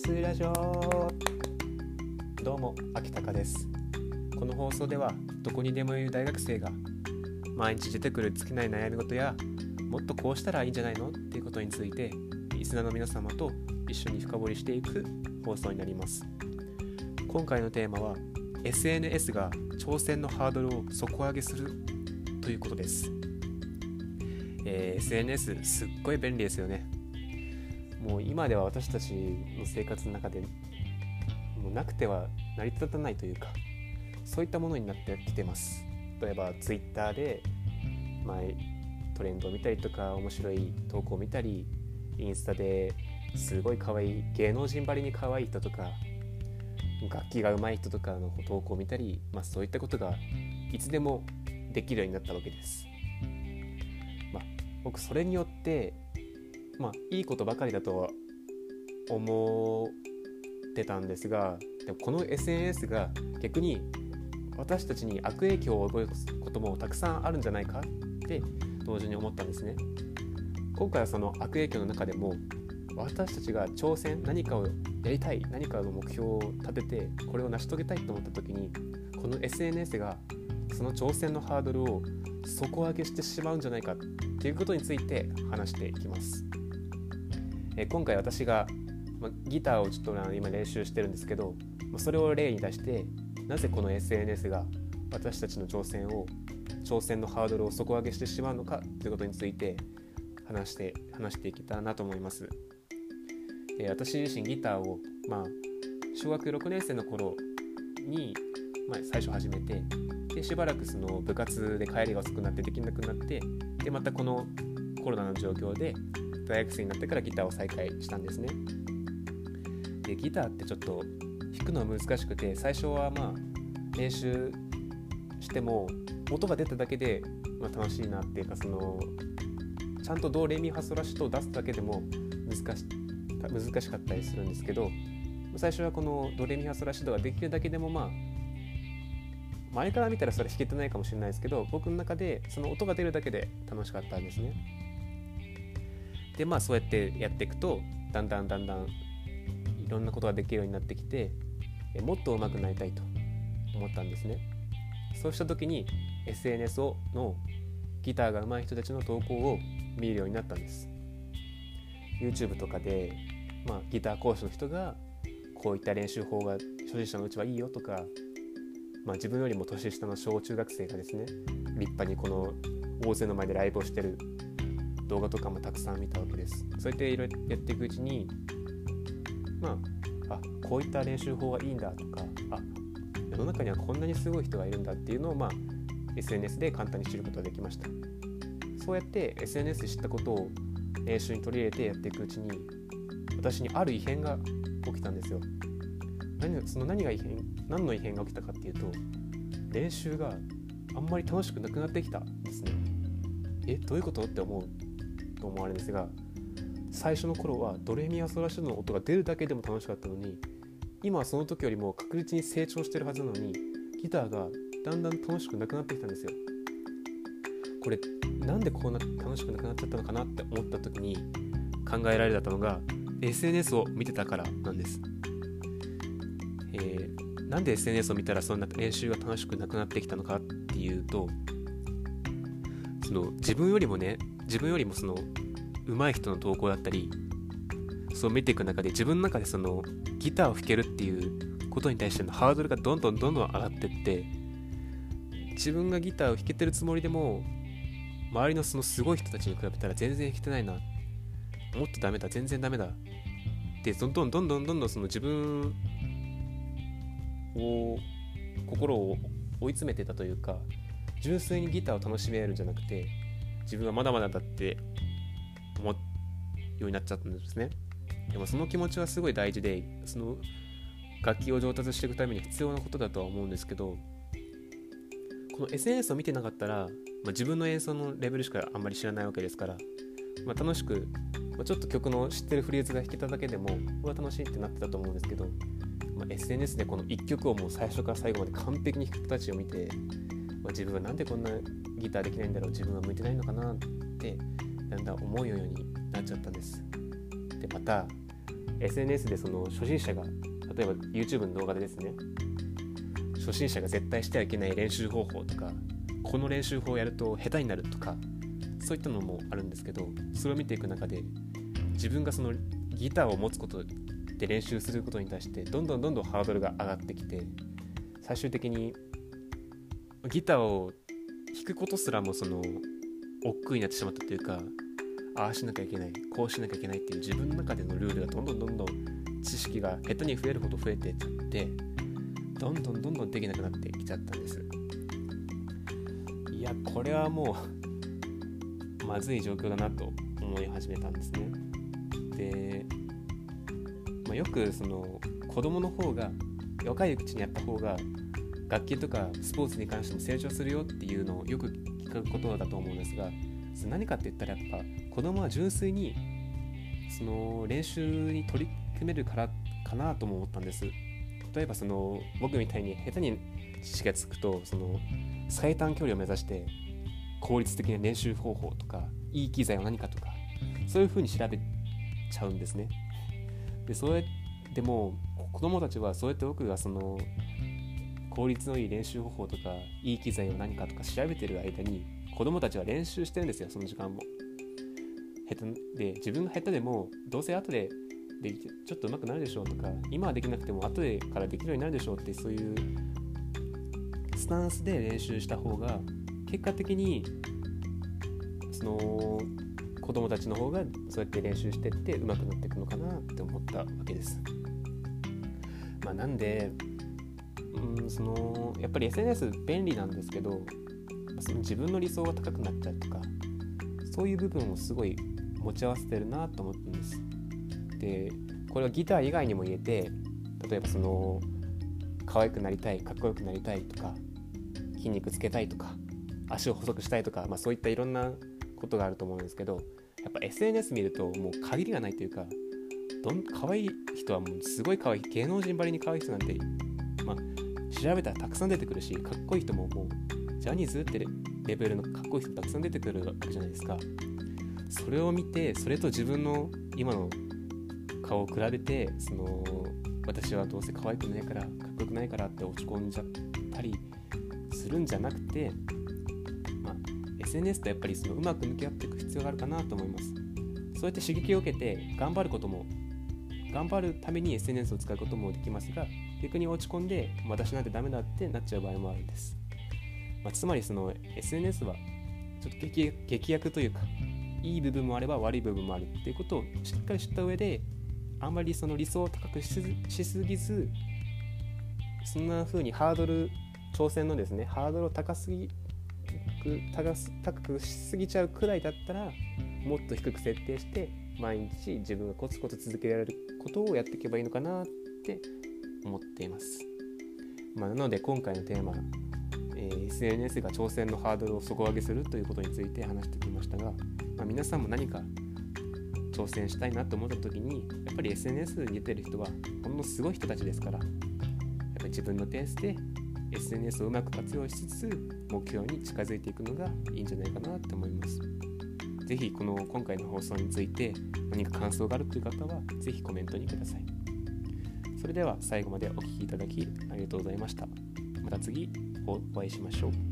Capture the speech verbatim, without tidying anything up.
スラジオ。どうも秋高です。この放送ではどこにでもいる大学生が毎日出てくる尽きない悩み事やもっとこうしたらいいんじゃないのっていうことについてリスナーの皆様と一緒に深掘りしていく放送になります。今回のテーマは エスエヌエス が挑戦のハードルを底上げするということです。えー、エスエヌエス すっごい便利ですよね。もう今では私たちの生活の中でもうなくては成り立たないというか、そういったものになってきてます。例えば Twitter で、まあ、トレンドを見たりとか面白い投稿を見たり、インスタですごい可愛い芸能人ばりに可愛い人とか楽器が上手い人とかの投稿を見たり、まあ、そういったことがいつでもできるようになったわけです。まあ、僕それによってまあいいことばかりだとは思ってたんですが、でもこの エスエヌエス が逆に私たちに悪影響を及ぼすこともたくさんあるんじゃないかって同時に思ったんですね。今回はその悪影響の中でも私たちが挑戦、何かをやりたい、何かの目標を立ててこれを成し遂げたいと思った時に、この エスエヌエス がその挑戦のハードルを底上げしてしまうんじゃないかということについて話していきます。え今回私が、ま、ギターをちょっと今練習してるんですけど、それを例に出してなぜこの エスエヌエス が私たちの挑戦を挑戦のハードルを底上げしてしまうのかということについて話して話していけたらなと思います。え私自身ギターを、まあ、小学ろくねん生の頃に、まあ、最初始めて、でしばらくその部活で帰りが遅くなってできなくなって、でまたこのコロナの状況で大学生になってからギターを再開したんですね。でギターってちょっと弾くのは難しくて、最初はまあ練習しても音が出ただけで、まあ、楽しいなっていうか、そのちゃんとドレミファソラシドを出すだけでも難し難しかったりするんですけど、最初はこのドレミファソラシドができるだけでも、まあ周りから見たらそれ弾けてないかもしれないですけど、僕の中でその音が出るだけで楽しかったんですね。でまあそうやってやっていくとだんだんだんだんいろんなことができるようになってきて、もっと上手くなりたいと思ったんですね。そうした時に エスエヌエス のギターが上手い人たちの投稿を見るようになったんです。 YouTube とかで、まあ、ギター講師の人がこういった練習法が初心者のうちはいいよとか、まあ、自分よりも年下の小中学生がですね、立派にこの大勢の前でライブをしてる動画とかもたくさん見たわけです。そうやっていろいろやっていくうちに、まあ、あこういった練習法がいいんだとか、あ世の中にはこんなにすごい人がいるんだっていうのを、まあ、エスエヌエス で簡単に知ることができました。そうやって エスエヌエス で知ったことを練習に取り入れてやっていくうちに、私にある異変が起きたんですよ。何その何が異変何の異変が起きたかっていうと、練習があんまり楽しくなくなってきたんですね。えどういうことって思うと思われるんですが、最初の頃はドレミファソラシドの音が出るだけでも楽しかったのに、今はその時よりも確実に成長してるはずなのに、ギターがだんだん楽しくなくなってきたんですよ。これなんでこうな楽しくなくなっちゃったのかなって思った時に考えられたのが エスエヌエス を見てたからなんです。えー、なんで エスエヌエス を見たらそんな練習が楽しくなくなってきたのかっていうと、その自分よりもね自分よりもその上手い人の投稿だったり、そう見ていく中で自分の中でそのギターを弾けるっていうことに対してのハードルがどんどんどんどん上がっていって、自分がギターを弾けてるつもりでも周りのそのすごい人たちに比べたら全然弾けてないな、もっとダメだ、全然ダメだで、どんどんどんどんどんどんその自分を心を追い詰めてたというか、純粋にギターを楽しめるんじゃなくて、自分はまだまだだって思うようになっちゃったんですね。でもその気持ちはすごい大事で、その楽器を上達していくために必要なことだとは思うんですけど、この エスエヌエス を見てなかったら、まあ、自分の演奏のレベルしかあんまり知らないわけですから、まあ、楽しく、まあ、ちょっと曲の知ってるフレーズが弾けただけでもこれは楽しいってなってたと思うんですけど、まあ、エスエヌエス でこのいっきょくをもう最初から最後まで完璧に弾く人たちを見て、まあ、自分はなんでこんなギターできないんだろう、自分は向いてないのかなってだんだん思うようになっちゃったんです。でまたエスエヌエス でその初心者が、例えば YouTube の動画でですね、初心者が絶対してはいけない練習方法とか、この練習法をやると下手になるとか、そういったのもあるんですけど、それを見ていく中で自分がそのギターを持つことで練習することに対してどんどんどんどんハードルが上がってきて、最終的にギターを弾くことすらもその億劫になってしまったというか、ああしなきゃいけない、こうしなきゃいけないっていう自分の中でのルールがどんどんどんどん知識が下手に増えるほど増えていっちゃって、どんどんどんどんできなくなってきちゃったんです。いや、これはもうまずい状況だなと思い始めたんですね。で、まあ、よくその子供の方が、若いうちにやった方が楽器とかスポーツに関しても成長するよっていうのをよく聞くことだと思うんですが、それ何かって言ったら、やっぱ子供は純粋にその練習に取り組めるからかなとも思ったんです。例えばその僕みたいに下手に知識がつくと、その最短距離を目指して効率的な練習方法とか、いい機材は何かとか、そういう風に調べちゃうんですね。で、それでも子供たちはそうやって僕がその効率のいい練習方法とか、いい機材は何かとか調べてる間に、子供たちは練習してるんですよ、その時間も。下手で、自分が下手でもどうせ後ででちょっと上手くなるでしょうとか、今はできなくても後でからできるようになるでしょうって、そういうスタンスで練習した方が、結果的にその子供たちの方がそうやって練習してって上手くなっていくのかなって思ったわけです。まあ、なんでうんそのやっぱり エスエヌエス 便利なんですけど、その自分の理想が高くなっちゃうとか、そういう部分をすごい持ち合わせてるなと思ったんです。で、これはギター以外にも言えて、例えばその可愛くなりたい、かっこよくなりたいとか、筋肉つけたいとか、足を細くしたいとか、まあ、そういったいろんなことがあると思うんですけど、やっぱ エスエヌエス 見るともう限りがないというか、どん可愛い人はもうすごい可愛い、芸能人ばりに可愛い人なんて、まあ、調べたらたくさん出てくるし、かっこいい人ももうジャニーズってレベルのかっこいい人たくさん出てくるわけじゃないですか。それを見て、それと自分の今の顔を比べて、その私はどうせ可愛くないから、かっこよくないからって落ち込んじゃったりするんじゃなくて、まあ、エスエヌエス とやっぱりそのうまく向き合っていく必要があるかなと思います。そうやって刺激を受けて頑張ることも、頑張るために エスエヌエス を使うこともできますが、逆に落ち込んで私なんてダメだってなっちゃう場合もあるんです。まあ、つまりその エスエヌエス はちょっと 劇, 劇薬というか、いい部分もあれば悪い部分もあるっていうことをしっかり知った上で、あんまりその理想を高く し, しすぎず、そんな風にハードル、挑戦のですね、ハードルを高すぎ高す高くしすぎちゃうくらいだったら、もっと低く設定して毎日自分がコツコツ続けられることをやっていけばいいのかなって思っています。まあ、なので今回のテーマ、えー、エスエヌエス が挑戦のハードルを底上げするということについて話してきましたが、まあ、皆さんも何か挑戦したいなと思った時に、やっぱり エスエヌエス に出てる人はほんのすごい人たちですから、やっぱり自分のペースで エスエヌエス をうまく活用しつつ目標に近づいていくのがいいんじゃないかなと思います。ぜひこの今回の放送について何か感想があるという方はぜひコメントにください。それでは最後までお聞きいただきありがとうございました。また次お会いしましょう。